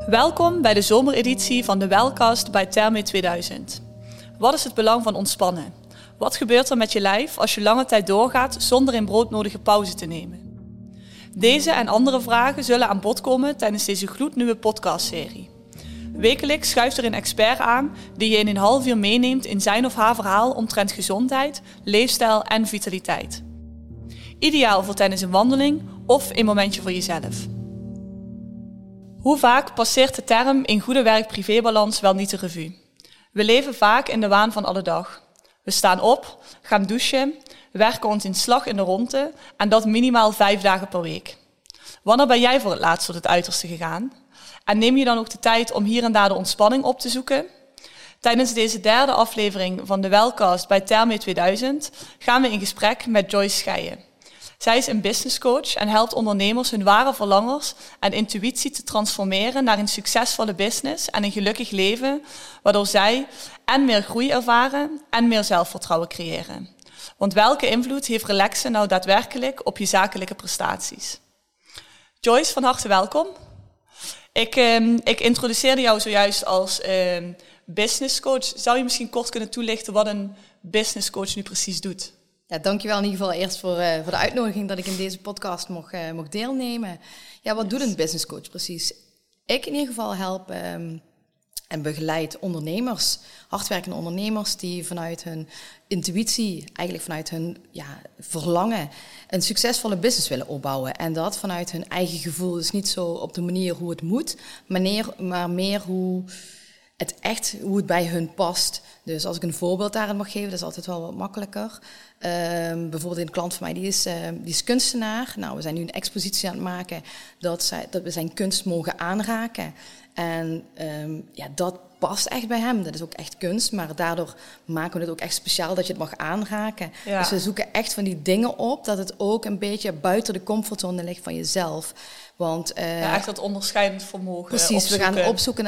Welkom bij de zomereditie van de Wellcast bij Therme 2000. Wat is het belang van ontspannen? Wat gebeurt er met je lijf als je lange tijd doorgaat zonder een broodnodige pauze te nemen? Deze en andere vragen zullen aan bod komen tijdens deze gloednieuwe podcastserie. Wekelijks schuift er een expert aan die je in een half uur meeneemt in zijn of haar verhaal omtrent gezondheid, leefstijl en vitaliteit. Ideaal voor tijdens een wandeling of een momentje voor jezelf. Hoe vaak passeert de term in goede werk-privébalans wel niet de revue? We leven vaak in de waan van alle dag. We staan op, gaan douchen, werken ons in slag in de ronde en dat minimaal 5 dagen per week. Wanneer ben jij voor het laatst tot het uiterste gegaan? En neem je dan ook de tijd om hier en daar de ontspanning op te zoeken? Tijdens deze derde aflevering van de Wellcast bij Therme 2000 gaan we in gesprek met Joyce Scheijen. Zij is een businesscoach en helpt ondernemers hun ware verlangens en intuïtie te transformeren naar een succesvolle business en een gelukkig leven, waardoor zij en meer groei ervaren en meer zelfvertrouwen creëren. Want welke invloed heeft relaxen nou daadwerkelijk op je zakelijke prestaties? Joyce, van harte welkom. Ik introduceerde jou zojuist als businesscoach. Zou je misschien kort kunnen toelichten wat een businesscoach nu precies doet? Ja, dankjewel in ieder geval eerst voor de uitnodiging dat ik in deze podcast mocht deelnemen. Ja, wat doet een business coach precies? Ik in ieder geval help en begeleid ondernemers, hardwerkende ondernemers die vanuit hun intuïtie, eigenlijk vanuit hun verlangen, een succesvolle business willen opbouwen. En dat vanuit hun eigen gevoel. Dus niet zo op de manier hoe het moet, maar meer hoe het bij hun past. Dus als ik een voorbeeld daarin mag geven, dat is altijd wel wat makkelijker. Bijvoorbeeld een klant van mij, die is kunstenaar. Nou, we zijn nu een expositie aan het maken dat we zijn kunst mogen aanraken. En dat past echt bij hem. Dat is ook echt kunst, maar daardoor maken we het ook echt speciaal dat je het mag aanraken. Ja. Dus we zoeken echt van die dingen op dat het ook een beetje buiten de comfortzone ligt van jezelf. Want, echt dat onderscheidend vermogen. Precies, opzoeken. We gaan opzoeken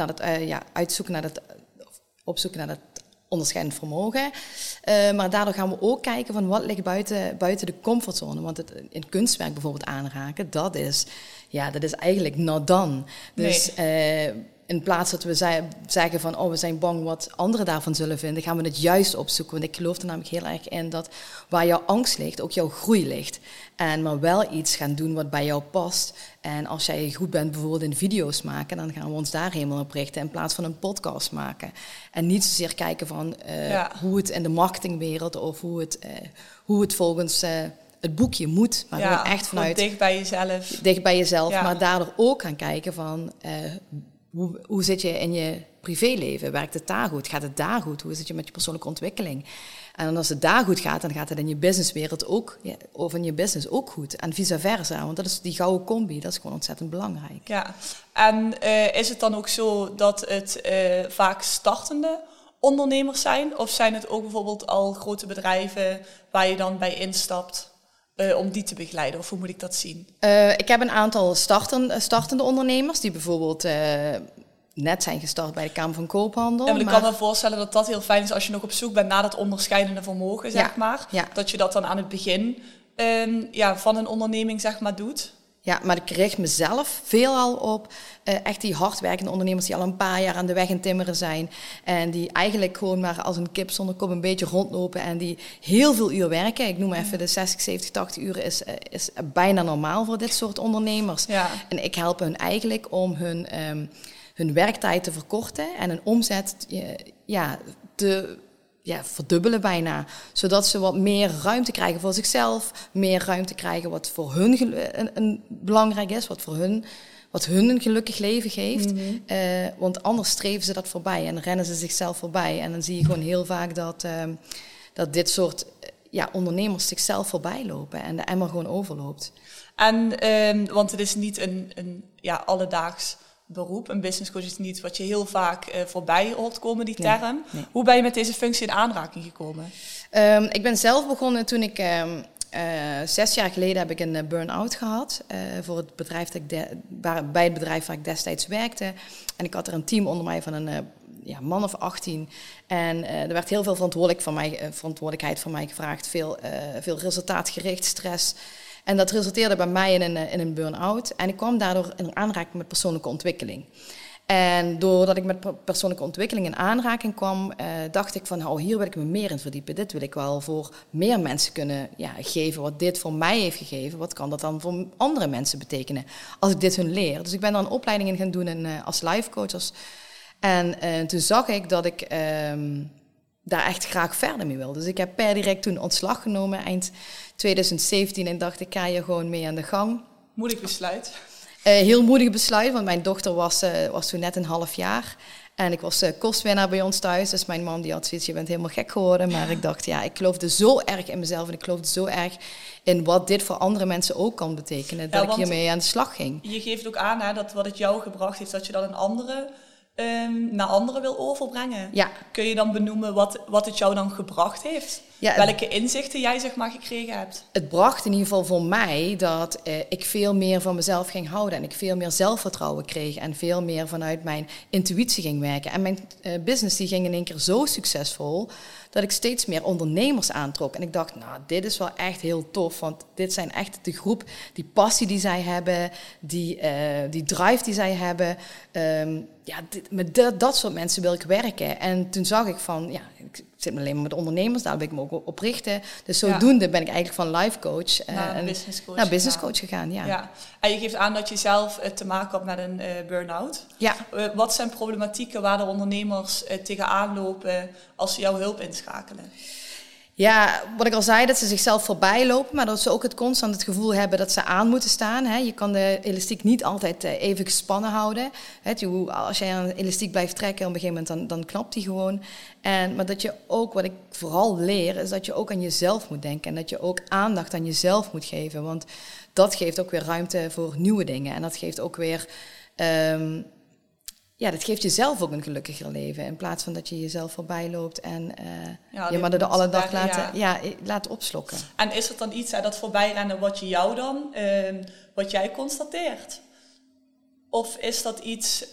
naar dat onderscheidend vermogen. Maar daardoor gaan we ook kijken van wat ligt buiten de comfortzone. Want in kunstwerk bijvoorbeeld aanraken, dat is eigenlijk not done. Dus in plaats dat we zeggen van we zijn bang wat anderen daarvan zullen vinden, gaan we het juist opzoeken. Want ik geloof er namelijk heel erg in dat waar jouw angst ligt, ook jouw groei ligt. En maar wel iets gaan doen wat bij jou past. En als jij goed bent bijvoorbeeld in video's maken, dan gaan we ons daar helemaal op richten in plaats van een podcast maken. En niet zozeer kijken van hoe het in de marketingwereld of hoe het volgens het boekje moet. Maar gewoon echt vanuit dicht bij jezelf. Dicht bij jezelf, maar daardoor ook gaan kijken van hoe zit je in je privéleven? Werkt het daar goed? Gaat het daar goed? Hoe zit je met je persoonlijke ontwikkeling? En als het daar goed gaat, dan gaat het in je businesswereld ook, of in je business ook goed. En vice versa, want dat is die gouden combi, dat is gewoon ontzettend belangrijk. Ja, en is het dan ook zo dat het vaak startende ondernemers zijn? Of zijn het ook bijvoorbeeld al grote bedrijven waar je dan bij instapt om die te begeleiden? Of hoe moet ik dat zien? Ik heb een aantal startende ondernemers die bijvoorbeeld net zijn gestart bij de Kamer van Koophandel. En ik kan me voorstellen dat dat heel fijn is als je nog op zoek bent naar dat onderscheidende vermogen, zeg maar. Ja. Dat je dat dan aan het begin van een onderneming, zeg maar, doet. Ja, maar ik richt mezelf veelal op echt die hardwerkende ondernemers die al een paar jaar aan de weg in timmeren zijn. En die eigenlijk gewoon maar als een kip zonder kop een beetje rondlopen en die heel veel uur werken. Ik noem even de 60, 70, 80 uur is bijna normaal voor dit soort ondernemers. Ja. En ik help hen eigenlijk om hun werktijd te verkorten en hun omzet te verdubbelen bijna. Zodat ze wat meer ruimte krijgen voor zichzelf. Meer ruimte krijgen wat voor hun belangrijk is. Wat hun een gelukkig leven geeft. Mm-hmm. Want anders streven ze dat voorbij. En rennen ze zichzelf voorbij. En dan zie je gewoon heel vaak dat dit soort ondernemers zichzelf voorbij lopen. En de emmer gewoon overloopt. En want het is niet een alledaags beroep. Een business coach is niet wat je heel vaak voorbij hoort komen, die term. Nee. Hoe ben je met deze functie in aanraking gekomen? Ik ben zelf begonnen toen ik 6 jaar geleden heb ik een burn-out gehad. Voor het bedrijf bij het bedrijf waar ik destijds werkte. En ik had er een team onder mij van een man of 18. En er werd heel veel verantwoordelijkheid van mij gevraagd. Veel resultaatgericht, stress. En dat resulteerde bij mij in een burn-out. En ik kwam daardoor in aanraking met persoonlijke ontwikkeling. En doordat ik met persoonlijke ontwikkeling in aanraking kwam, dacht ik van, hier wil ik me meer in verdiepen. Dit wil ik wel voor meer mensen kunnen geven. Wat dit voor mij heeft gegeven, wat kan dat dan voor andere mensen betekenen als ik dit hun leer? Dus ik ben daar een opleiding in gaan doen als life coach. En toen zag ik dat ik daar echt graag verder mee wilde. Dus ik heb per direct toen ontslag genomen eind 2017 en dacht ik ga hier gewoon mee aan de gang. Moeilijk besluit. Heel moedig besluit, want mijn dochter was toen net een half jaar. En ik was kostwinnaar bij ons thuis. Dus mijn man die had zoiets, je bent helemaal gek geworden. Maar ik dacht, ik geloofde zo erg in mezelf. En ik geloofde zo erg in wat dit voor andere mensen ook kan betekenen. Dat ik hiermee aan de slag ging. Je geeft ook aan dat wat het jou gebracht heeft, dat je dat naar anderen wil overbrengen. Ja. Kun je dan benoemen wat het jou dan gebracht heeft? Ja, welke inzichten jij gekregen hebt? Het bracht in ieder geval voor mij dat ik veel meer van mezelf ging houden. En ik veel meer zelfvertrouwen kreeg. En veel meer vanuit mijn intuïtie ging werken. En mijn business die ging in één keer zo succesvol dat ik steeds meer ondernemers aantrok. En ik dacht, dit is wel echt heel tof. Want dit zijn echt de groep, die passie die zij hebben, die drive die zij hebben. Met dat soort mensen wil ik werken. En toen zag ik van, ik zit alleen maar met ondernemers, daar wil ik me ook op richten. Dus zodoende ben ik eigenlijk van life coach naar business coach gegaan. Ja. En je geeft aan dat je zelf te maken had met een burn-out. Ja. Wat zijn problematieken waar de ondernemers tegenaan lopen als ze jouw hulp inschakelen? Ja, wat ik al zei, dat ze zichzelf voorbij lopen, maar dat ze ook constant het gevoel hebben dat ze aan moeten staan. Hè. Je kan de elastiek niet altijd even gespannen houden. Als jij aan de elastiek blijft trekken, op een gegeven moment dan knapt die gewoon. Maar dat je ook, wat ik vooral leer, is dat je ook aan jezelf moet denken. En dat je ook aandacht aan jezelf moet geven. Want dat geeft ook weer ruimte voor nieuwe dingen. En dat geeft ook weer... dat geeft jezelf ook een gelukkiger leven. In plaats van dat je jezelf voorbij loopt en je maar de alle dag laat opslokken. En is het dan iets dat voorbijrennen wat jij constateert? Of is dat iets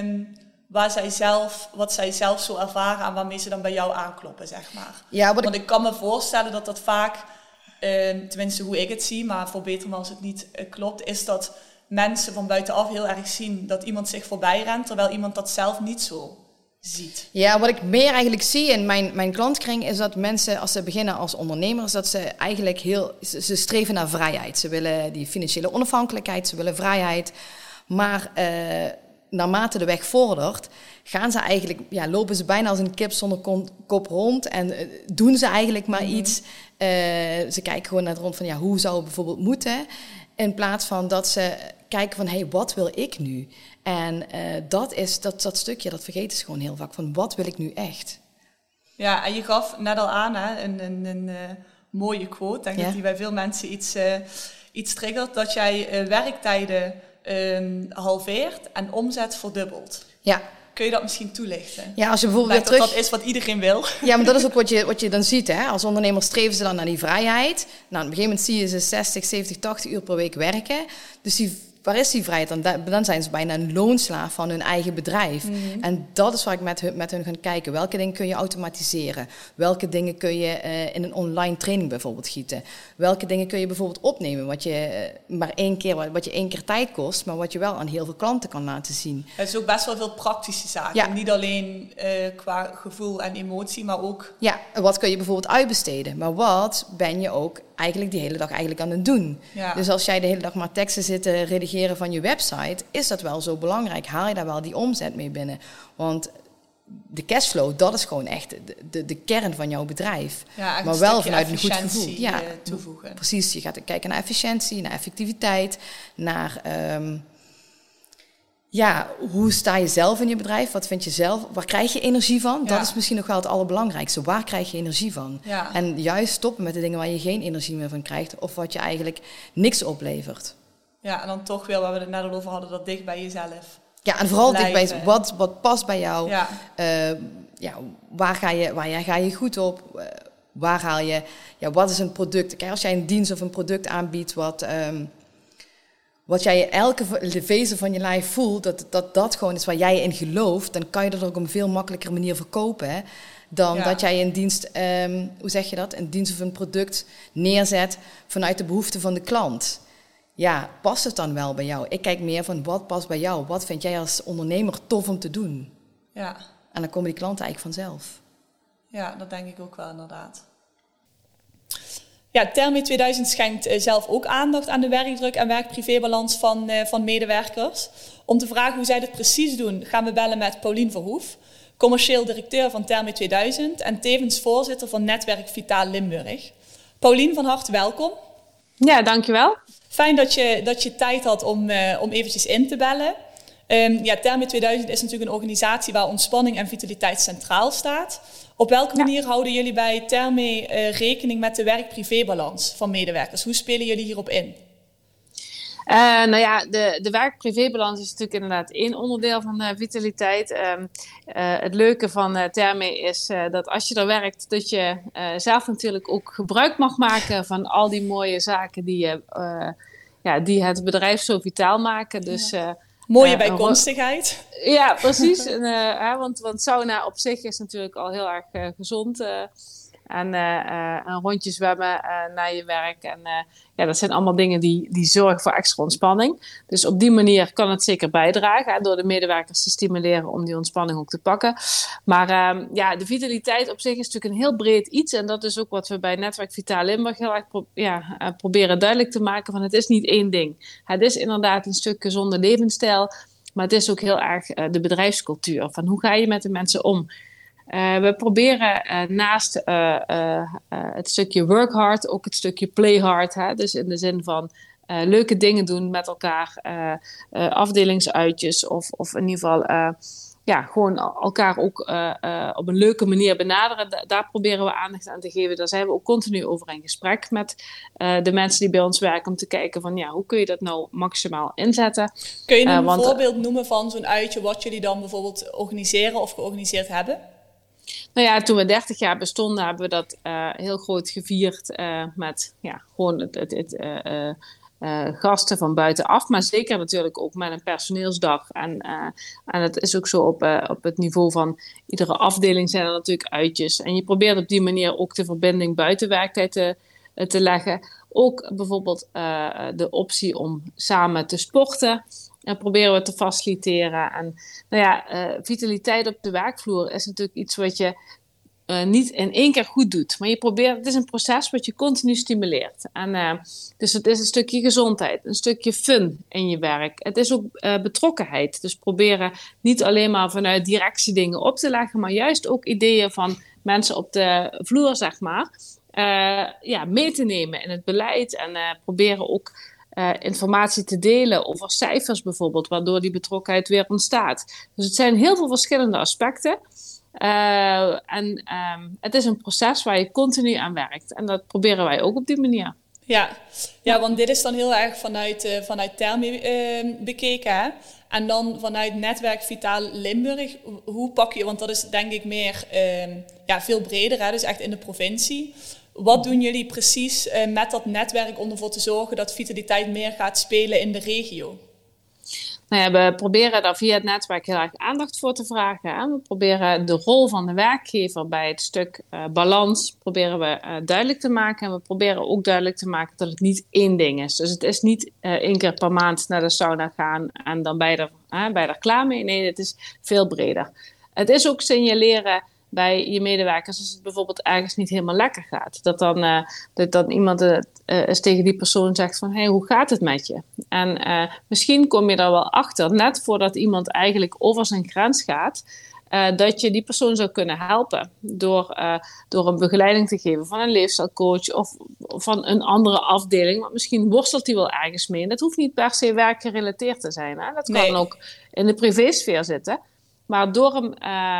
wat zij zelf zo ervaren en waarmee ze dan bij jou aankloppen, zeg maar? Ja, want ik kan me voorstellen dat vaak, tenminste hoe ik het zie, maar verbeter me als het niet klopt, is dat mensen van buitenaf heel erg zien dat iemand zich voorbij rent, terwijl iemand dat zelf niet zo ziet. Ja, wat ik meer eigenlijk zie in mijn klantkring is dat mensen, als ze beginnen als ondernemers, dat ze eigenlijk ze streven naar vrijheid. Ze willen die financiële onafhankelijkheid, ze willen vrijheid. Maar naarmate de weg vordert, gaan ze eigenlijk, lopen ze bijna als een kip zonder kop rond en doen ze eigenlijk maar iets. Ze kijken gewoon naar het rond van, hoe zou het bijvoorbeeld moeten? In plaats van dat ze kijken van, wat wil ik nu? En dat stukje, dat vergeten ze gewoon heel vaak. Van, wat wil ik nu echt? Ja, en je gaf net al aan een mooie quote. Denk dat die bij veel mensen iets triggert. Dat jij werktijden halveert en omzet verdubbelt. Ja. Kun je dat misschien toelichten? Ja, als je bijvoorbeeld dat is wat iedereen wil. Ja, maar dat is ook wat je dan ziet. Hè? Als ondernemer streven ze dan naar die vrijheid. Nou, op een gegeven moment zie je ze 60, 70, 80 uur per week werken. Dus waar is die vrijheid? Dan zijn ze bijna een loonslaaf van hun eigen bedrijf. Mm-hmm. En dat is waar ik met hun ga kijken. Welke dingen kun je automatiseren? Welke dingen kun je in een online training bijvoorbeeld gieten? Welke dingen kun je bijvoorbeeld opnemen? Wat je één keer tijd kost, maar wat je wel aan heel veel klanten kan laten zien. Het is ook best wel veel praktische zaken. Ja. Niet alleen qua gevoel en emotie, maar ook... Ja, wat kun je bijvoorbeeld uitbesteden? Maar wat ben je ook eigenlijk die hele dag aan het doen? Ja. Dus als jij de hele dag maar teksten zit te redigeren van je website, is dat wel zo belangrijk? Haal je daar wel die omzet mee binnen? Want de cashflow, dat is gewoon echt de kern van jouw bedrijf. Ja, maar wel vanuit een goed gevoel. Ja, toevoegen. Precies, je gaat kijken naar efficiëntie, naar effectiviteit, naar... hoe sta je zelf in je bedrijf? Wat vind je zelf? Waar krijg je energie van? Dat is misschien nog wel het allerbelangrijkste. Waar krijg je energie van? Ja. En juist stoppen met de dingen waar je geen energie meer van krijgt, of wat je eigenlijk niks oplevert. Ja, en dan toch weer, waar we het net al over hadden, dat dicht bij jezelf. Ja, en vooral dicht bij wat past bij jou. Ja. Waar ga je goed op? Waar haal je... Ja, wat is een product? Kijk, als jij een dienst of een product aanbiedt wat wat jij elke vezel van je lijf voelt, dat gewoon is waar jij in gelooft, dan kan je dat ook op een veel makkelijker manier verkopen, hè, dan dat jij een dienst, hoe zeg je dat, een dienst of een product neerzet vanuit de behoeften van de klant. Ja, past het dan wel bij jou? Ik kijk meer van wat past bij jou? Wat vind jij als ondernemer tof om te doen? Ja. En dan komen die klanten eigenlijk vanzelf. Ja, dat denk ik ook wel inderdaad. Ja, Therme 2000 schenkt zelf ook aandacht aan de werkdruk en werk-privébalans van medewerkers. Om te vragen hoe zij dit precies doen, gaan we bellen met Paulien Verhoef, commercieel directeur van Therme 2000 en tevens voorzitter van Netwerk Vitaal Limburg. Paulien, van harte welkom. Ja, dankjewel. Fijn dat je tijd had om eventjes in te bellen. Therme 2000 is natuurlijk een organisatie waar ontspanning en vitaliteit centraal staat. Op welke manier houden jullie bij Therme rekening met de werk-privébalans van medewerkers? Hoe spelen jullie hierop in? De werk-privébalans is natuurlijk inderdaad één onderdeel van vitaliteit. Het leuke van Therme is dat als je er werkt, dat je zelf natuurlijk ook gebruik mag maken van al die mooie zaken die het bedrijf zo vitaal maken. Dus, mooie bijkomstigheid. Ja, precies. Want sauna op zich is natuurlijk al heel erg gezond. En een rondje zwemmen naar je werk. En dat zijn allemaal dingen die zorgen voor extra ontspanning. Dus op die manier kan het zeker bijdragen. Door de medewerkers te stimuleren om die ontspanning ook te pakken. Maar de vitaliteit op zich is natuurlijk een heel breed iets. En dat is ook wat we bij Netwerk Vitaal Limburg heel erg proberen duidelijk te maken. Van het is niet één ding. Het is inderdaad een stuk gezonde levensstijl. Maar het is ook heel erg de bedrijfscultuur. Van hoe ga je met de mensen om? We proberen naast het stukje work hard ook het stukje play hard. Hè? Dus in de zin van leuke dingen doen met elkaar. Afdelingsuitjes of in ieder geval gewoon elkaar ook op een leuke manier benaderen. Daar proberen we aandacht aan te geven. Daar zijn we ook continu over in gesprek met de mensen die bij ons werken. Om te kijken van hoe kun je dat nou maximaal inzetten. Kun je een voorbeeld noemen van zo'n uitje wat jullie dan bijvoorbeeld organiseren of georganiseerd hebben? Toen we 30 jaar bestonden, hebben we dat heel groot gevierd met gewoon het gasten van buitenaf. Maar zeker natuurlijk ook met een personeelsdag. En het is ook zo op het niveau van iedere afdeling zijn er natuurlijk uitjes. En je probeert op die manier ook de verbinding buiten werktijd te leggen. Ook bijvoorbeeld de optie om samen te sporten. En proberen we te faciliteren. En vitaliteit op de werkvloer is natuurlijk iets wat je niet in één keer goed doet. Maar je probeert, het is een proces wat je continu stimuleert. En dus het is een stukje gezondheid, een stukje fun in je werk. Het is ook betrokkenheid. Dus proberen niet alleen maar vanuit directie dingen op te leggen, maar juist ook ideeën van mensen op de vloer, zeg maar, mee te nemen in het beleid. En proberen ook informatie te delen over cijfers bijvoorbeeld, waardoor die betrokkenheid weer ontstaat. Dus het zijn heel veel verschillende aspecten. Het is een proces waar je continu aan werkt. En dat proberen wij ook op die manier. Ja, want dit is dan heel erg vanuit Therme bekeken. Hè? En dan vanuit Netwerk Vitaal Limburg, hoe pak je, want dat is denk ik meer veel breder, hè? Dus echt in de provincie. Wat doen jullie precies met dat netwerk om ervoor te zorgen dat vitaliteit meer gaat spelen in de regio? We proberen daar via het netwerk heel erg aandacht voor te vragen. Hè? We proberen de rol van de werkgever bij het stuk balans proberen we duidelijk te maken. En we proberen ook duidelijk te maken dat het niet één ding is. Dus het is niet 1 keer per maand naar de sauna gaan en dan ben je er klaar mee. Nee, het is veel breder. Het is ook signaleren bij je medewerkers als het bijvoorbeeld ergens niet helemaal lekker gaat. Dat dan iemand eens tegen die persoon zegt van, hoe gaat het met je? En misschien kom je daar wel achter, net voordat iemand eigenlijk over zijn grens gaat, dat je die persoon zou kunnen helpen door een begeleiding te geven van een leefstijlcoach of van een andere afdeling. Want misschien worstelt die wel ergens mee. En dat hoeft niet per se werkgerelateerd te zijn. Hè? Dat kan ook in de privésfeer zitten. Maar door hem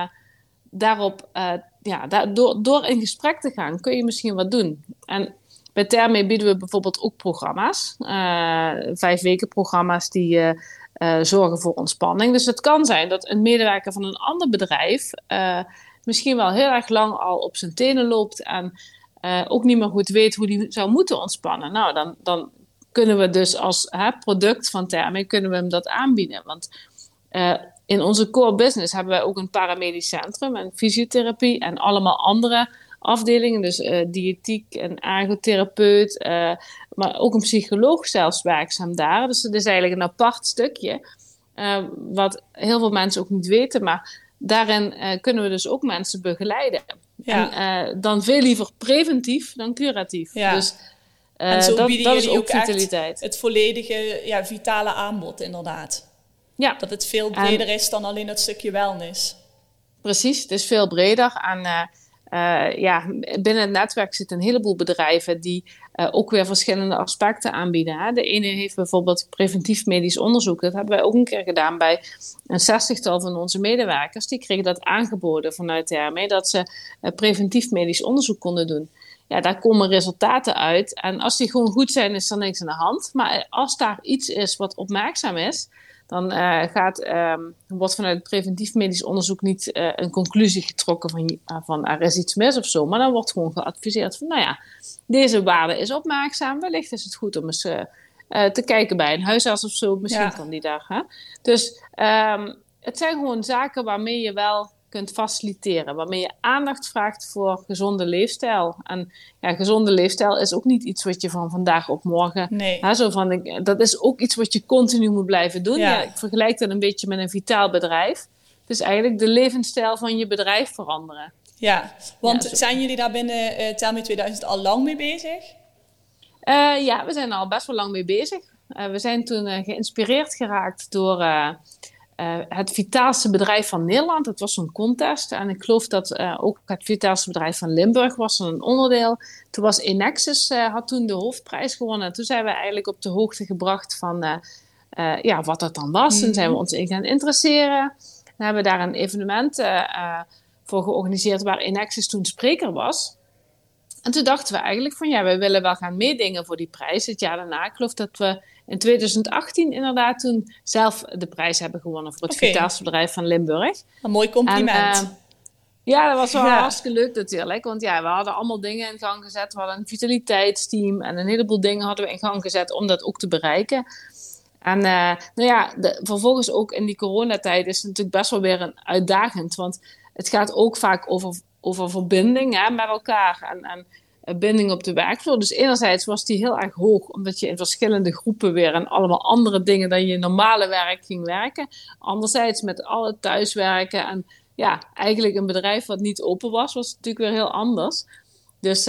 door in gesprek te gaan, kun je misschien wat doen. En bij Therme bieden we bijvoorbeeld ook programma's. 5 weken programma's die zorgen voor ontspanning. Dus het kan zijn dat een medewerker van een ander bedrijf misschien wel heel erg lang al op zijn tenen loopt en ook niet meer goed weet hoe die zou moeten ontspannen. Nou, dan kunnen we dus als product van Therme, kunnen we hem dat aanbieden. Want in onze core business hebben wij ook een paramedisch centrum en fysiotherapie en allemaal andere afdelingen. Dus diëtiek en ergotherapeut, maar ook een psycholoog zelfs werkzaam daar. Dus het is eigenlijk een apart stukje, wat heel veel mensen ook niet weten. Maar daarin kunnen we dus ook mensen begeleiden. Ja. En dan veel liever preventief dan curatief. Ja. Dus en zo bieden dat jullie is ook vitaliteit. Echt het volledige vitale aanbod inderdaad. Ja. Dat het veel breder is dan alleen het stukje wellness. Precies, het is veel breder. En binnen het netwerk zitten een heleboel bedrijven die ook weer verschillende aspecten aanbieden. Hè. De ene heeft bijvoorbeeld preventief medisch onderzoek. Dat hebben wij ook een keer gedaan bij een 60-tal van onze medewerkers. Die kregen dat aangeboden vanuit Therme, dat ze preventief medisch onderzoek konden doen. Ja, daar komen resultaten uit. En als die gewoon goed zijn, is er niks aan de hand. Maar als daar iets is wat opmerkzaam is, dan wordt vanuit het preventief medisch onderzoek niet een conclusie getrokken van er is iets mis of zo. Maar dan wordt gewoon geadviseerd van, deze waarde is opmerkzaam. Wellicht is het goed om eens te kijken bij een huisarts of zo. Misschien kan die daar. Hè? Dus het zijn gewoon zaken waarmee je wel kunt faciliteren. Waarmee je aandacht vraagt voor gezonde leefstijl. En gezonde leefstijl is ook niet iets wat je van vandaag op morgen... Nee. Dat is ook iets wat je continu moet blijven doen. Ja. Ik vergelijk dat een beetje met een vitaal bedrijf. Dus eigenlijk de levensstijl van je bedrijf veranderen. Ja, want zijn jullie daar binnen Therme 2000 al lang mee bezig? We zijn er al best wel lang mee bezig. We zijn toen geïnspireerd geraakt door... het vitaalste bedrijf van Nederland. Het was zo'n contest. En ik geloof dat ook het vitaalste bedrijf van Limburg was een onderdeel. Toen was Enexis, had toen de hoofdprijs gewonnen. En toen zijn we eigenlijk op de hoogte gebracht van wat dat dan was. En zijn we ons in gaan interesseren. Dan hebben we daar een evenement voor georganiseerd waar Enexis toen spreker was. En toen dachten we eigenlijk van we willen wel gaan meedingen voor die prijs het jaar daarna. Ik geloof dat we in 2018 inderdaad toen zelf de prijs hebben gewonnen voor het vitaalste bedrijf van Limburg. Een mooi compliment. Dat was wel hartstikke leuk natuurlijk. Want we hadden allemaal dingen in gang gezet. We hadden een vitaliteitsteam en een heleboel dingen hadden we in gang gezet om dat ook te bereiken. En vervolgens ook in die coronatijd is het natuurlijk best wel weer uitdagend. Want het gaat ook vaak over verbinding met elkaar en binding op de werkvloer. Dus enerzijds was die heel erg hoog, omdat je in verschillende groepen weer en allemaal andere dingen dan je normale werk ging werken. Anderzijds met alle thuiswerken en eigenlijk een bedrijf wat niet open was het natuurlijk weer heel anders. Dus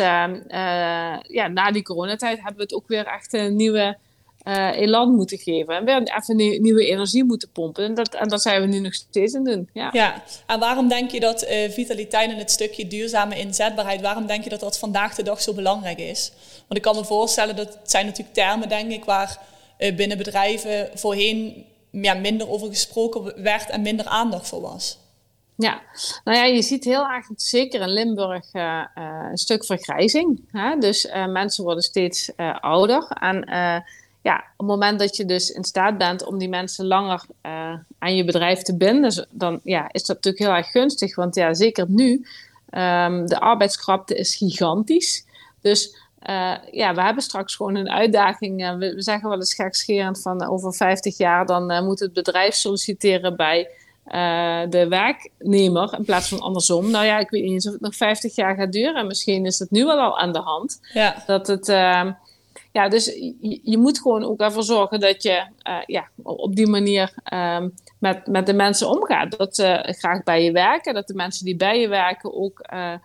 na die coronatijd hebben we het ook weer echt een nieuwe elan moeten geven. En weer even nieuwe energie moeten pompen. En dat zijn we nu nog steeds aan het doen. Ja, en waarom denk je dat vitaliteit en het stukje duurzame inzetbaarheid, waarom denk je dat dat vandaag de dag zo belangrijk is? Want ik kan me voorstellen dat het zijn natuurlijk termen, denk ik, waar binnen bedrijven voorheen minder over gesproken werd en minder aandacht voor was. Ja, je ziet heel erg, zeker in Limburg, een stuk vergrijzing. Hè? Dus mensen worden steeds ouder. En op het moment dat je dus in staat bent om die mensen langer aan je bedrijf te binden, dan is dat natuurlijk heel erg gunstig. Want zeker nu, de arbeidskrapte is gigantisch. Dus we hebben straks gewoon een uitdaging. We zeggen wel eens gekscherend van over 50 jaar, dan moet het bedrijf solliciteren bij de werknemer in plaats van andersom. Ik weet niet eens of het nog 50 jaar gaat duren. Misschien is het nu al aan de hand. Ja. Dat het... dus je moet gewoon ook ervoor zorgen dat je op die manier met de mensen omgaat. Dat ze graag bij je werken. Dat de mensen die bij je werken ook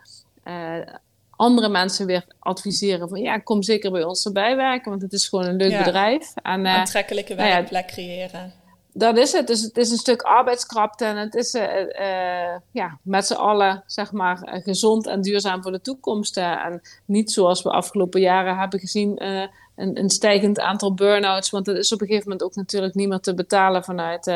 andere mensen weer adviseren van kom zeker bij ons erbij werken. Want het is gewoon een leuk bedrijf. En, aantrekkelijke werkplek creëren. Dat is het. Dus het is een stuk arbeidskrapte en het is met z'n allen zeg maar gezond en duurzaam voor de toekomst. En niet zoals we afgelopen jaren hebben gezien een stijgend aantal burn-outs. Want dat is op een gegeven moment ook natuurlijk niet meer te betalen vanuit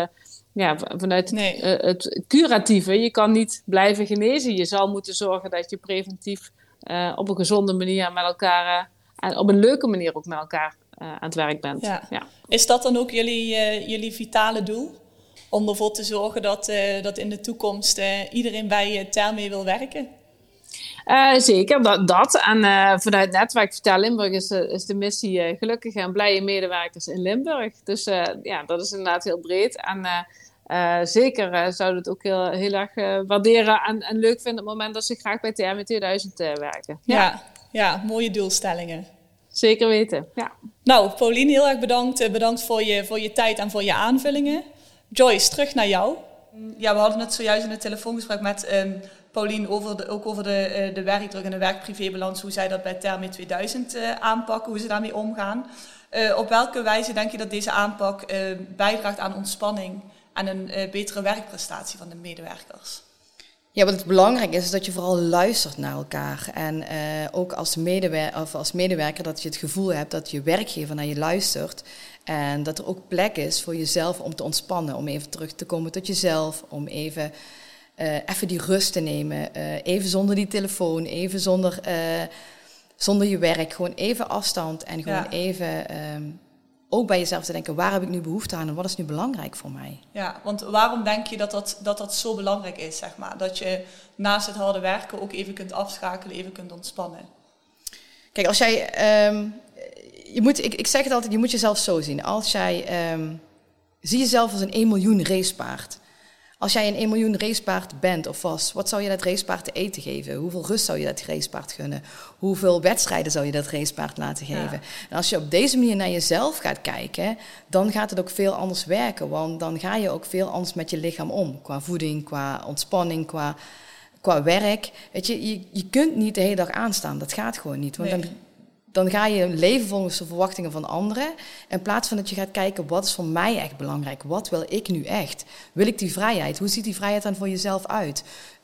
het curatieve. Je kan niet blijven genezen. Je zal moeten zorgen dat je preventief op een gezonde manier met elkaar en op een leuke manier ook met elkaar aan het werk bent. Ja. Is dat dan ook jullie vitale doel? Om ervoor te zorgen dat in de toekomst iedereen bij Therme wil werken? Zeker, dat. En vanuit Netwerk Vertel Limburg is de missie gelukkige en blije medewerkers in Limburg. Dus dat is inderdaad heel breed. En zeker zouden we het ook heel erg waarderen en leuk vinden op het moment dat ze graag bij TMW 2000 werken. Ja, mooie doelstellingen. Zeker weten, ja. Nou, Pauline, heel erg bedankt. Bedankt voor je tijd en voor je aanvullingen. Joyce, terug naar jou. Ja, we hadden het zojuist in het telefoongesprek met Pauline over de werkdruk en de werk-privébalans, hoe zij dat bij TMW 2000 aanpakken, hoe ze daarmee omgaan. Op welke wijze denk je dat deze aanpak bijdraagt aan ontspanning en een betere werkprestatie van de medewerkers? Ja, wat het belangrijk is dat je vooral luistert naar elkaar. En ook als medewerker dat je het gevoel hebt dat je werkgever naar je luistert. En dat er ook plek is voor jezelf om te ontspannen. Om even terug te komen tot jezelf. Om even die rust te nemen. Even zonder die telefoon. Even zonder je werk. Gewoon even afstand. En gewoon even ook bij jezelf te denken, waar heb ik nu behoefte aan en wat is nu belangrijk voor mij? Ja, want waarom denk je dat zo belangrijk is, zeg maar? Dat je naast het harde werken ook even kunt afschakelen, even kunt ontspannen? Kijk, als jij... ik zeg het altijd, je moet jezelf zo zien. Als jij... zie jezelf als een 1 miljoen racepaard. Als jij een 1 miljoen racepaard bent of was, wat zou je dat racepaard te eten geven? Hoeveel rust zou je dat racepaard gunnen? Hoeveel wedstrijden zou je dat racepaard laten geven? Ja. En als je op deze manier naar jezelf gaat kijken, dan gaat het ook veel anders werken. Want dan ga je ook veel anders met je lichaam om. Qua voeding, qua ontspanning, qua werk. Weet je kunt niet de hele dag aanstaan. Dat gaat gewoon niet. Want dan ga je leven volgens de verwachtingen van anderen. In plaats van dat je gaat kijken, wat is voor mij echt belangrijk? Wat wil ik nu echt? Wil ik die vrijheid? Hoe ziet die vrijheid dan voor jezelf uit?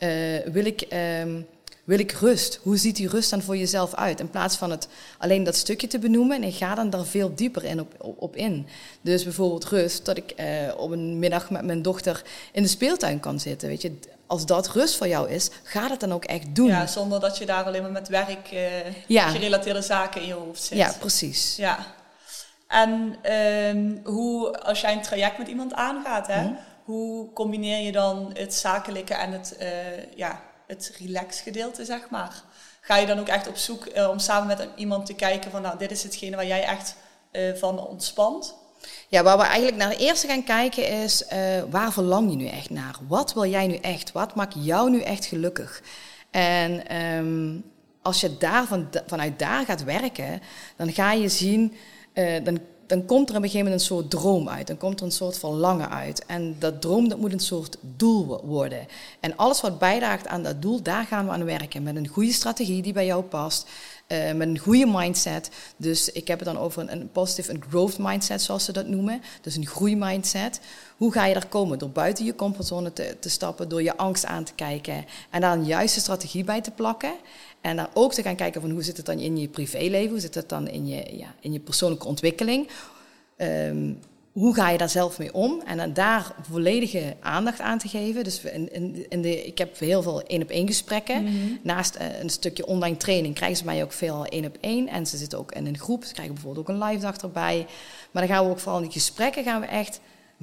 Wil ik rust? Hoe ziet die rust dan voor jezelf uit? In plaats van het alleen dat stukje te benoemen. En ga dan daar veel dieper op in. Dus bijvoorbeeld rust, dat ik op een middag met mijn dochter in de speeltuin kan zitten. Weet je, als dat rust voor jou is, ga dat dan ook echt doen. Ja, zonder dat je daar alleen maar met werk gerelateerde zaken in je hoofd zit. Ja, precies. Ja. En als jij een traject met iemand aangaat, hoe combineer je dan het zakelijke en het relax gedeelte, zeg maar? Ga je dan ook echt op zoek om samen met iemand te kijken van, nou, dit is hetgene waar jij echt van ontspant? Ja, waar we eigenlijk naar eerst gaan kijken is, waar verlang je nu echt naar? Wat wil jij nu echt? Wat maakt jou nu echt gelukkig? En als je vanuit daar gaat werken, dan ga je zien, dan komt er op een gegeven moment een soort droom uit. Dan komt er een soort verlangen uit. En dat droom, dat moet een soort doel worden. En alles wat bijdraagt aan dat doel, daar gaan we aan werken. Met een goede strategie die bij jou past. Met een goede mindset. Dus ik heb het dan over een positive en growth mindset, zoals ze dat noemen. Dus een groeimindset. Hoe ga je daar komen? Door buiten je comfortzone te stappen, door je angst aan te kijken en daar een juiste strategie bij te plakken. En dan ook te gaan kijken van hoe zit het dan in je privéleven, hoe zit het dan in je persoonlijke ontwikkeling. Hoe ga je daar zelf mee om? En dan daar volledige aandacht aan te geven. Dus ik heb heel veel 1-op-1 gesprekken. Mm-hmm. Naast een stukje online training krijgen ze mij ook veel 1-op-1. En ze zitten ook in een groep. Ze krijgen bijvoorbeeld ook een live dag erbij. Maar dan gaan we ook vooral in die gesprekken gaan we echt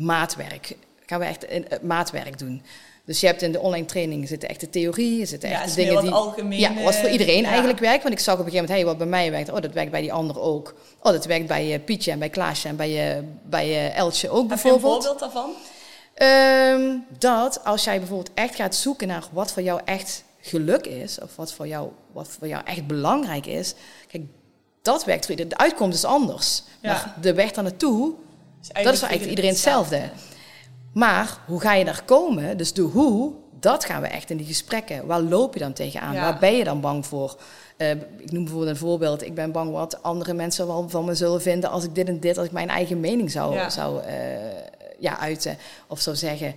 maatwerk doen. Dus je hebt in de online training zitten echt de theorie, er zitten echt de dingen die algemeen, wat voor iedereen eigenlijk werkt. Want ik zag op een gegeven moment, wat bij mij werkt, dat werkt bij die ander ook. Dat werkt bij Pietje en bij Klaasje en bij Eltje ook bijvoorbeeld. Heb je een voorbeeld daarvan? Dat als jij bijvoorbeeld echt gaat zoeken naar wat voor jou echt geluk is, of wat voor jou echt belangrijk is, kijk, dat werkt voor iedereen. De uitkomst is anders. Ja. Maar de weg daar naartoe, dat is voor eigenlijk iedereen hetzelfde. Maar hoe ga je daar komen? Dus de hoe, dat gaan we echt in die gesprekken. Waar loop je dan tegenaan? Ja. Waar ben je dan bang voor? Ik noem bijvoorbeeld een voorbeeld. Ik ben bang wat andere mensen wel van me zullen vinden als ik dit en dit, als ik mijn eigen mening zou uiten of zou zeggen.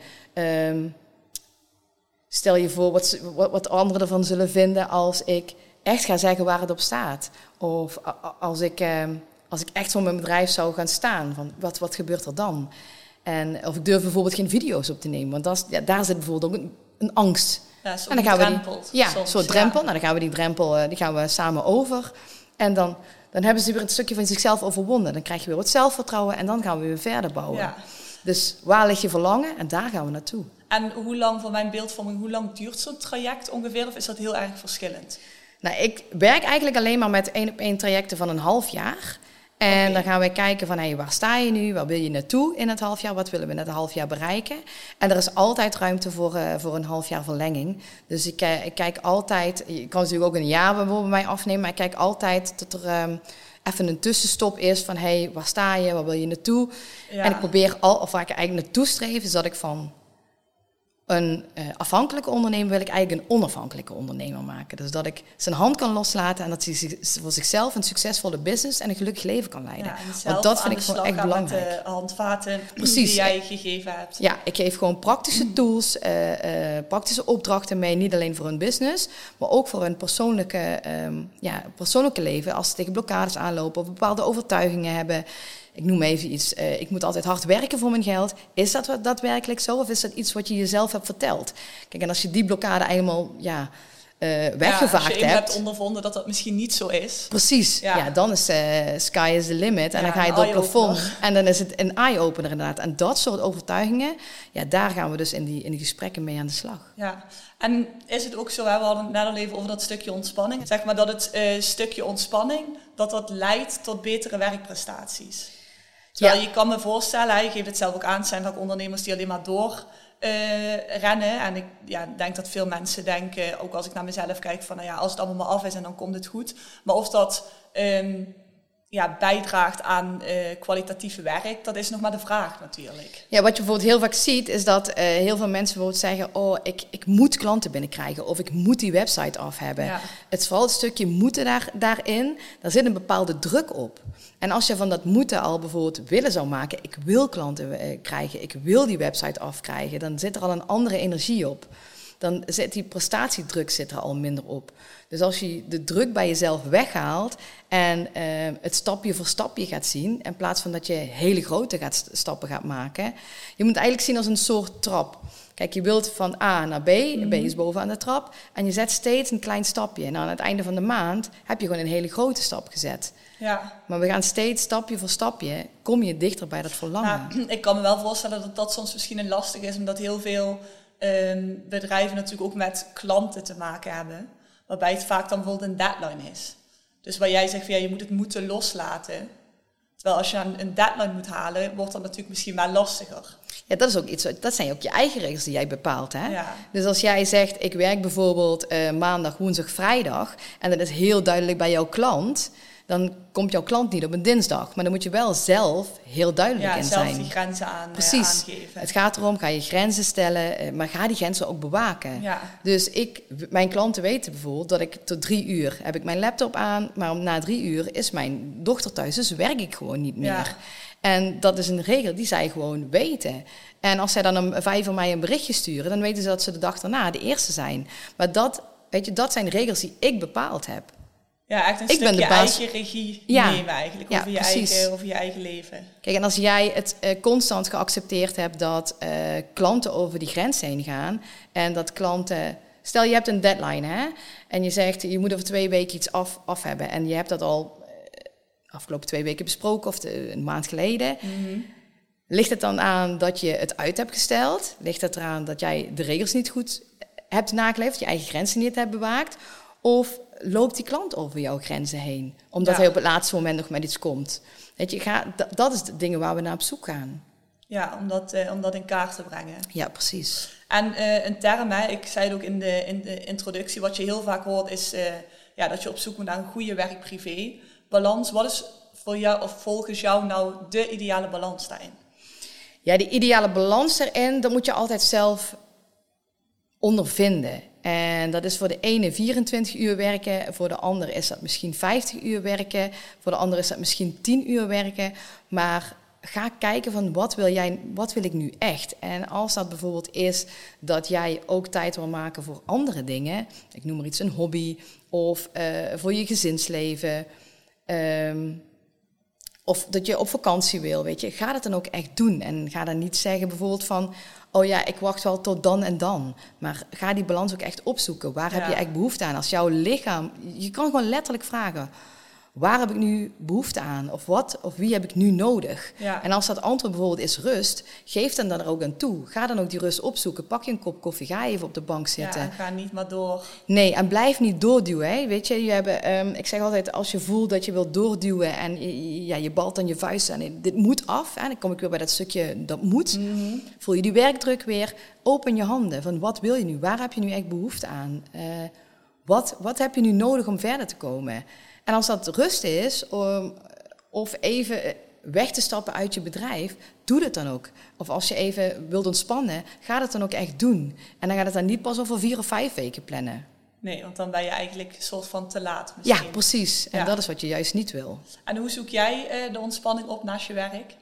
Stel je voor wat anderen ervan zullen vinden als ik echt ga zeggen waar het op staat. Of als ik echt voor mijn bedrijf zou gaan staan. Van wat gebeurt er dan? Of ik durf bijvoorbeeld geen video's op te nemen. Want daar zit bijvoorbeeld ook een angst. Ja, en dan gaan we een soort drempel. Nou, dan gaan we die drempel die gaan we samen over. En dan hebben ze weer een stukje van zichzelf overwonnen. Dan krijg je weer wat zelfvertrouwen en dan gaan we weer verder bouwen. Ja. Dus waar ligt je verlangen? En daar gaan we naartoe. En hoe lang, voor mijn beeldvorming, hoe lang duurt zo'n traject ongeveer? Of is dat heel erg verschillend? Nou, ik werk eigenlijk alleen maar met 1-op-1 trajecten van een half jaar. En dan gaan wij kijken van, waar sta je nu? Waar wil je naartoe in het half jaar? Wat willen we in het half jaar bereiken? En er is altijd ruimte voor een half jaar verlenging. Dus ik kijk altijd, je kan natuurlijk ook een jaar bijvoorbeeld bij mij afnemen, maar ik kijk altijd dat er even een tussenstop is van, waar sta je? Waar wil je naartoe? Ja. En ik probeer of waar ik eigenlijk naartoe streef, is dat ik van een afhankelijke ondernemer wil ik eigenlijk een onafhankelijke ondernemer maken. Dus dat ik zijn hand kan loslaten en dat hij voor zichzelf een succesvolle business en een gelukkig leven kan leiden. Ja, want dat vind ik gewoon echt belangrijk. Met de handvaten die jij gegeven hebt. Ja, ik geef gewoon praktische tools, praktische opdrachten mee. Niet alleen voor hun business, maar ook voor hun persoonlijke leven. Als ze tegen blokkades aanlopen of bepaalde overtuigingen hebben. Ik noem even iets, ik moet altijd hard werken voor mijn geld. Is dat daadwerkelijk zo? Of is dat iets wat je jezelf hebt verteld? Kijk, en als je die blokkade eenmaal weggevaagd hebt. Als je hebt ondervonden dat dat misschien niet zo is. Precies, ja dan is sky is the limit. En dan ga je door het plafond. En dan is het een eye-opener inderdaad. En dat soort overtuigingen, daar gaan we dus in die gesprekken mee aan de slag. Ja, en is het ook zo, we hadden het net al even over dat stukje ontspanning. Zeg maar dat het stukje ontspanning, dat leidt tot betere werkprestaties. Terwijl je kan me voorstellen, je geeft het zelf ook aan, het zijn vaak ondernemers die alleen maar door rennen. En ik denk dat veel mensen denken, ook als ik naar mezelf kijk, van als het allemaal maar af is en dan komt het goed. Maar of dat bijdraagt aan kwalitatieve werk, dat is nog maar de vraag natuurlijk. Ja, wat je bijvoorbeeld heel vaak ziet, is dat heel veel mensen bijvoorbeeld zeggen, ik moet klanten binnenkrijgen of ik moet die website af hebben. Ja. Het is vooral het stukje moeten daarin, daar zit een bepaalde druk op. En als je van dat moeten al bijvoorbeeld willen zou maken, ik wil klanten krijgen, ik wil die website afkrijgen, dan zit er al een andere energie op. Dan zit die prestatiedruk er al minder op. Dus als je de druk bij jezelf weghaalt en het stapje voor stapje gaat zien, in plaats van dat je hele grote stappen gaat maken, je moet eigenlijk zien als een soort trap. Kijk, je wilt van A naar B, B is bovenaan de trap, en je zet steeds een klein stapje. En aan het einde van de maand heb je gewoon een hele grote stap gezet. Ja. Maar we gaan steeds stapje voor stapje, kom je dichter bij dat verlangen. Nou, ik kan me wel voorstellen dat dat soms misschien een lastig is, omdat heel veel bedrijven natuurlijk ook met klanten te maken hebben, waarbij het vaak dan bijvoorbeeld een deadline is. Dus waar jij zegt van je moet het moeten loslaten. Terwijl als je een deadline moet halen, wordt dat natuurlijk misschien wel lastiger. Ja, dat is ook iets. Dat zijn ook je eigen regels die jij bepaalt, hè? Ja. Dus als jij zegt, ik werk bijvoorbeeld maandag, woensdag, vrijdag, en dat is heel duidelijk bij jouw klant, dan komt jouw klant niet op een dinsdag. Maar dan moet je wel zelf heel duidelijk in zijn. Ja, zelf die grenzen aangeven. Het gaat erom, ga je grenzen stellen, maar ga die grenzen ook bewaken. Ja. Dus mijn klanten weten bijvoorbeeld dat ik tot 3 uur heb ik mijn laptop aan, maar na 3 uur is mijn dochter thuis, dus werk ik gewoon niet meer. Ja. En dat is een regel die zij gewoon weten. En als zij dan om 5 uur mij een berichtje sturen, dan weten ze dat ze de dag daarna de eerste zijn. Maar dat zijn regels die ik bepaald heb. Ja, echt een stukje eigen regie nemen eigenlijk, over je eigen leven. Kijk, en als jij het constant geaccepteerd hebt dat klanten over die grens heen gaan en dat klanten... Stel, je hebt een deadline, hè? En je zegt, je moet over 2 weken iets af hebben. En je hebt dat al afgelopen 2 weken besproken of een maand geleden. Mm-hmm. Ligt het dan aan dat je het uit hebt gesteld? Ligt het eraan dat jij de regels niet goed hebt nageleefd, je eigen grenzen niet hebt bewaakt? Of loopt die klant over jouw grenzen heen? Omdat hij op het laatste moment nog met iets komt. Weet je, dat is de dingen waar we naar op zoek gaan. Ja, om dat in kaart te brengen. Ja, precies. En een term, ik zei het ook in de introductie, wat je heel vaak hoort is dat je op zoek moet naar een goede werk-privé balans. Wat is voor jou of volgens jou nou de ideale balans daarin? Ja, de ideale balans erin, dat moet je altijd zelf ondervinden. En dat is voor de ene 24 uur werken, voor de ander is dat misschien 50 uur werken, voor de ander is dat misschien 10 uur werken. Maar ga kijken van wat wil ik nu echt? En als dat bijvoorbeeld is dat jij ook tijd wil maken voor andere dingen, ik noem maar iets, een hobby of voor je gezinsleven, of dat je op vakantie wil, weet je, ga dat dan ook echt doen. En ga dan niet zeggen bijvoorbeeld van, oh ja, ik wacht wel tot dan en dan. Maar ga die balans ook echt opzoeken. Waar heb je echt behoefte aan? Als jouw lichaam, je kan gewoon letterlijk vragen, waar heb ik nu behoefte aan? Of wie heb ik nu nodig? Ja. En als dat antwoord bijvoorbeeld is rust, geef dan er ook aan toe. Ga dan ook die rust opzoeken. Pak je een kop koffie, ga even op de bank zitten. Ja, en ga niet maar door. Nee, en blijf niet doorduwen. Hè. Weet je, ik zeg altijd, als je voelt dat je wilt doorduwen en je balt aan je vuist en dit moet af. Hè, dan kom ik weer bij dat stukje, dat moet. Mm-hmm. Voel je die werkdruk weer, open je handen. Van wat wil je nu? Waar heb je nu echt behoefte aan? Wat heb je nu nodig om verder te komen? En als dat rust is, of even weg te stappen uit je bedrijf, doe dat dan ook. Of als je even wilt ontspannen, ga dat dan ook echt doen. En dan gaat het dan niet pas over 4 of 5 weken plannen. Nee, want dan ben je eigenlijk een soort van te laat misschien. Ja, precies. En dat is wat je juist niet wil. En hoe zoek jij de ontspanning op naast je werk?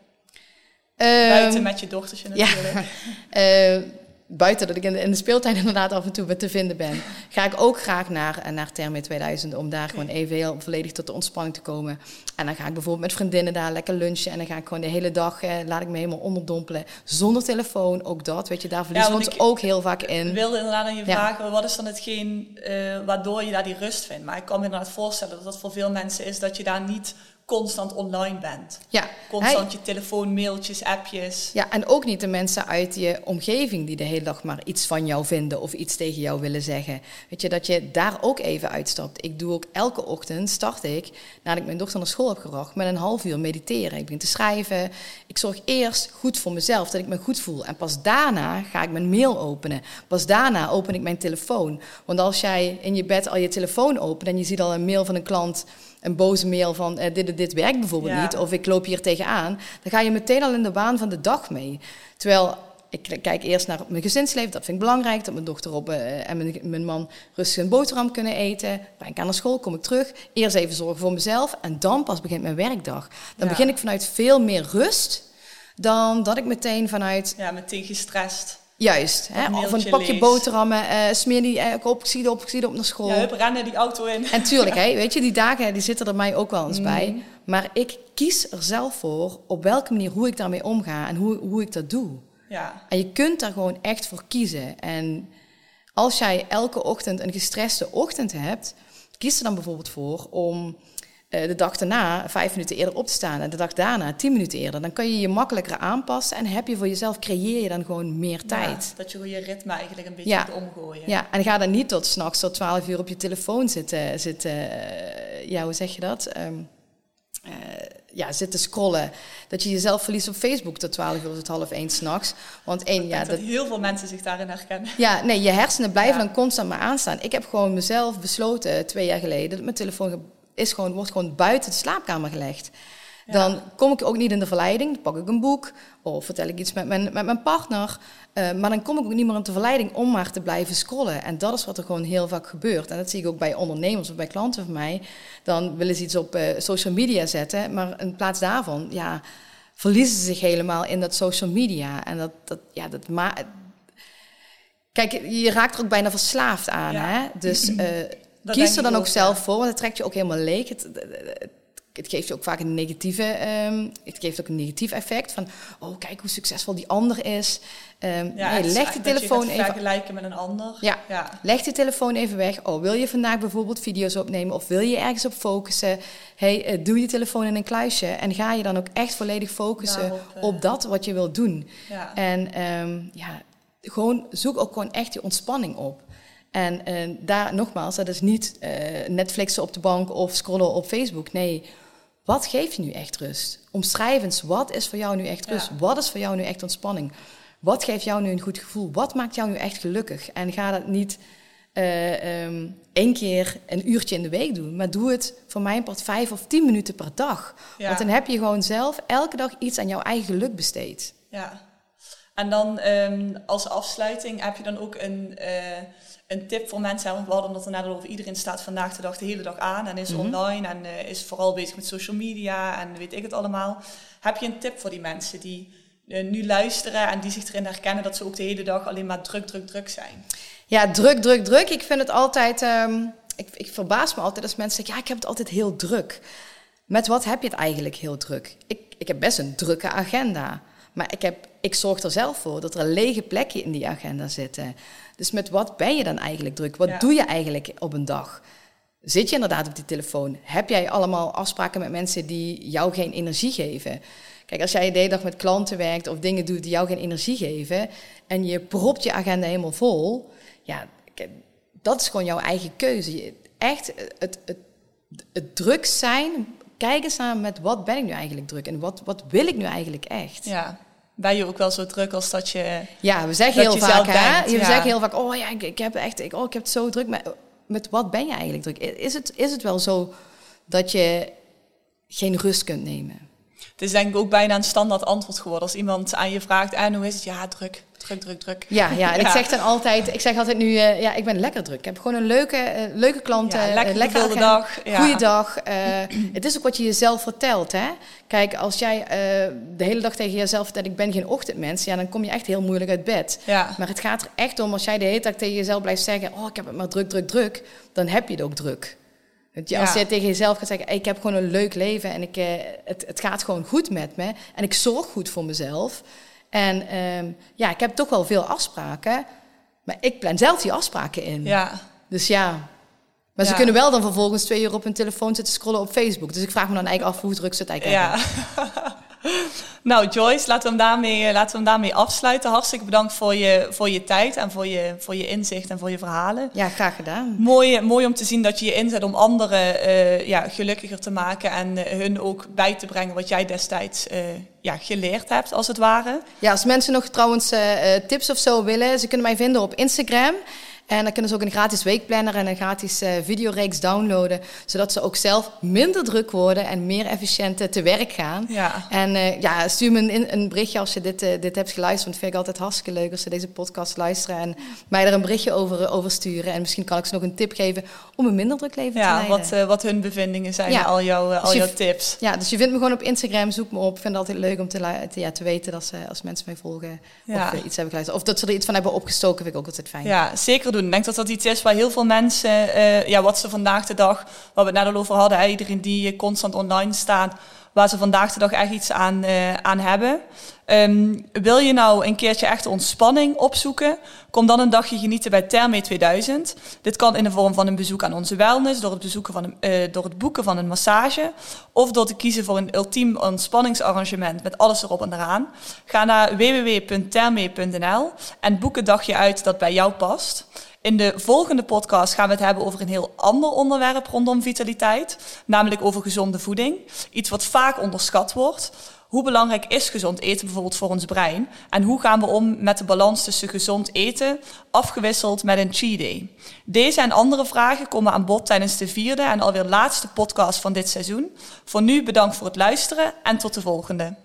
Buiten met je dochtertje natuurlijk. Ja, buiten dat ik in de speeltuin inderdaad af en toe te vinden ben, ga ik ook graag naar Therme 2000 om daar gewoon even heel volledig tot de ontspanning te komen. En dan ga ik bijvoorbeeld met vriendinnen daar lekker lunchen en dan ga ik gewoon de hele dag, laat ik me helemaal onderdompelen. Zonder telefoon, ook dat, weet je, daar verliezen we ons ook heel vaak in. Ik wilde inderdaad aan je vragen, wat is dan hetgeen waardoor je daar die rust vindt? Maar ik kan me inderdaad voorstellen dat dat voor veel mensen is dat je daar niet constant online bent. Ja. Constant je telefoon, mailtjes, appjes. Ja, en ook niet de mensen uit je omgeving die de hele dag maar iets van jou vinden of iets tegen jou willen zeggen. Weet je, dat je daar ook even uitstapt. Ik doe ook elke ochtend, start ik, nadat ik mijn dochter naar school heb gebracht, met een half uur mediteren. Ik begin te schrijven. Ik zorg eerst goed voor mezelf, dat ik me goed voel. En pas daarna ga ik mijn mail openen. Pas daarna open ik mijn telefoon. Want als jij in je bed al je telefoon opent en je ziet al een mail van een klant, een boze mail van dit werkt bijvoorbeeld niet, of ik loop hier tegenaan, dan ga je meteen al in de waan van de dag mee. Terwijl ik kijk eerst naar mijn gezinsleven, dat vind ik belangrijk, dat mijn dochter en mijn man rustig een boterham kunnen eten. Breng ik aan de school, kom ik terug, eerst even zorgen voor mezelf en dan pas begint mijn werkdag. Dan begin ik vanuit veel meer rust dan dat ik meteen vanuit... Ja, meteen gestrest. Juist, of een pakje boterhammen, smeer die op, zie op naar school. Ja, rennen die auto in. En tuurlijk, weet je, die dagen die zitten er mij ook wel eens bij. Maar ik kies er zelf voor op welke manier, hoe ik daarmee omga en hoe ik dat doe. Ja. En je kunt daar gewoon echt voor kiezen. En als jij elke ochtend een gestreste ochtend hebt, kies er dan bijvoorbeeld voor om de dag daarna 5 minuten eerder op te staan en de dag daarna 10 minuten eerder. Dan kan je je makkelijker aanpassen en heb je voor jezelf, creëer je dan gewoon meer tijd. Ja, dat je je ritme eigenlijk een beetje moet omgooien. Ja, en ga dan niet tot 's nachts tot 12 uur op je telefoon zitten hoe zeg je dat? Zitten scrollen. Dat je jezelf verliest op Facebook tot 12 uur tot 12:30 's nachts. Want dat heel veel mensen zich daarin herkennen. Ja, nee, je hersenen blijven dan constant maar aanstaan. Ik heb gewoon mezelf besloten 2 jaar geleden dat mijn telefoon wordt gewoon buiten de slaapkamer gelegd. Ja. Dan kom ik ook niet in de verleiding. Dan pak ik een boek of vertel ik iets met mijn partner. Maar dan kom ik ook niet meer in de verleiding om maar te blijven scrollen. En dat is wat er gewoon heel vaak gebeurt. En dat zie ik ook bij ondernemers of bij klanten van mij. Dan willen ze iets op social media zetten. Maar in plaats daarvan verliezen ze zich helemaal in dat social media. En Kijk, je raakt er ook bijna verslaafd aan. Ja. Hè? Dus kies er dan ook zelf voor, want het trekt je ook helemaal leeg. Het geeft je ook vaak een negatieve... het geeft ook een negatief effect van... Oh, kijk hoe succesvol die ander is. Leg die telefoon even... vergelijken met een ander. Ja, leg die telefoon even weg. Oh, wil je vandaag bijvoorbeeld video's opnemen... of wil je ergens op focussen? Doe je telefoon in een kluisje... en ga je dan ook echt volledig focussen op dat wat je wilt doen. Ja. En gewoon zoek ook gewoon echt die ontspanning op. En daar nogmaals, dat is niet Netflixen op de bank of scrollen op Facebook. Nee, wat geeft je nu echt rust? Omschrijf eens, wat is voor jou nu echt rust? Ja. Wat is voor jou nu echt ontspanning? Wat geeft jou nu een goed gevoel? Wat maakt jou nu echt gelukkig? En ga dat niet 1 keer een uurtje in de week doen. Maar doe het voor mijn part 5 of 10 minuten per dag. Ja. Want dan heb je gewoon zelf elke dag iets aan jouw eigen geluk besteed. Ja. En dan als afsluiting heb je dan ook een tip voor mensen, want we hadden het er net over, iedereen staat vandaag de dag de hele dag aan en is online en is vooral bezig met social media en weet ik het allemaal. Heb je een tip voor die mensen die nu luisteren en die zich erin herkennen dat ze ook de hele dag alleen maar druk zijn? Ja, druk. Ik vind het altijd, ik verbaas me altijd als mensen zeggen, ja, ik heb het altijd heel druk. Met wat heb je het eigenlijk heel druk? Ik heb best een drukke agenda. Maar ik zorg er zelf voor dat er lege plekken in die agenda zitten. Dus met wat ben je dan eigenlijk druk? Wat doe je eigenlijk op een dag? Zit je inderdaad op die telefoon? Heb jij allemaal afspraken met mensen die jou geen energie geven? Kijk, als jij de hele dag met klanten werkt of dingen doet die jou geen energie geven en je propt je agenda helemaal vol, ja, dat is gewoon jouw eigen keuze. Echt, het druk zijn, kijk eens naar met wat ben ik nu eigenlijk druk en wat wil ik nu eigenlijk echt? Ja. Ben je ook wel zo druk als dat je... Ja, we zeggen heel vaak, hè? We zeggen heel vaak, oh ja, ik heb het zo druk. Met wat ben je eigenlijk druk? Is het wel zo dat je geen rust kunt nemen? Het is denk ik ook bijna een standaard antwoord geworden. Als iemand aan je vraagt, en hoe is het? Ja, druk. Ja, en ik zeg dan altijd, nu, ik ben lekker druk. Ik heb gewoon een leuke klanten, lekker dag. Goeie dag. Het is ook wat je jezelf vertelt, hè. Kijk, als jij de hele dag tegen jezelf vertelt, ik ben geen ochtendmens, ja, dan kom je echt heel moeilijk uit bed. Ja. Maar het gaat er echt om, als jij de hele dag tegen jezelf blijft zeggen, oh, ik heb het maar druk, dan heb je het ook druk. Als je tegen jezelf gaat zeggen, ik heb gewoon een leuk leven en het gaat gewoon goed met me en ik zorg goed voor mezelf. En ik heb toch wel veel afspraken, maar ik plan zelf die afspraken in. Ja. Dus ja, maar ze kunnen wel dan vervolgens 2 uur op hun telefoon zitten scrollen op Facebook. Dus ik vraag me dan eigenlijk af hoe druk ze het eigenlijk hebben. Nou Joyce, laten we hem daarmee afsluiten. Hartstikke bedankt voor je tijd en voor je inzicht en voor je verhalen. Ja, graag gedaan. Mooi om te zien dat je je inzet om anderen gelukkiger te maken en hun ook bij te brengen wat jij destijds geleerd hebt, als het ware. Ja, als mensen nog trouwens tips of zo willen, ze kunnen mij vinden op Instagram. En dan kunnen ze ook een gratis weekplanner en een gratis videoreeks downloaden, zodat ze ook zelf minder druk worden en meer efficiënt te werk gaan. Ja. En stuur me een berichtje als je dit hebt geluisterd, want dat vind ik altijd hartstikke leuk als ze deze podcast luisteren en mij er een berichtje over sturen. En misschien kan ik ze nog een tip geven om een minder druk leven te leiden. Ja, wat hun bevindingen zijn, al jouw tips. Ja, dus je vindt me gewoon op Instagram, zoek me op. Ik vind het altijd leuk om te weten dat als mensen mij volgen of iets hebben geluisterd. Of dat ze er iets van hebben opgestoken, vind ik ook altijd fijn. Ja, zeker doen. Ik denk dat dat iets is waar heel veel mensen, wat ze vandaag de dag, waar we het net al over hadden, iedereen die constant online staat, waar ze vandaag de dag echt iets aan hebben. Wil je nou een keertje echt ontspanning opzoeken? Kom dan een dagje genieten bij Therme 2000. Dit kan in de vorm van een bezoek aan onze wellness, door het boeken van een massage of door te kiezen voor een ultiem ontspanningsarrangement met alles erop en eraan. Ga naar www.therme.nl en boek een dagje uit dat bij jou past. In de volgende podcast gaan we het hebben over een heel ander onderwerp rondom vitaliteit, namelijk over gezonde voeding. Iets wat vaak onderschat wordt. Hoe belangrijk is gezond eten bijvoorbeeld voor ons brein? En hoe gaan we om met de balans tussen gezond eten, afgewisseld met een cheat day? Deze en andere vragen komen aan bod tijdens de 4e en alweer laatste podcast van dit seizoen. Voor nu bedankt voor het luisteren en tot de volgende.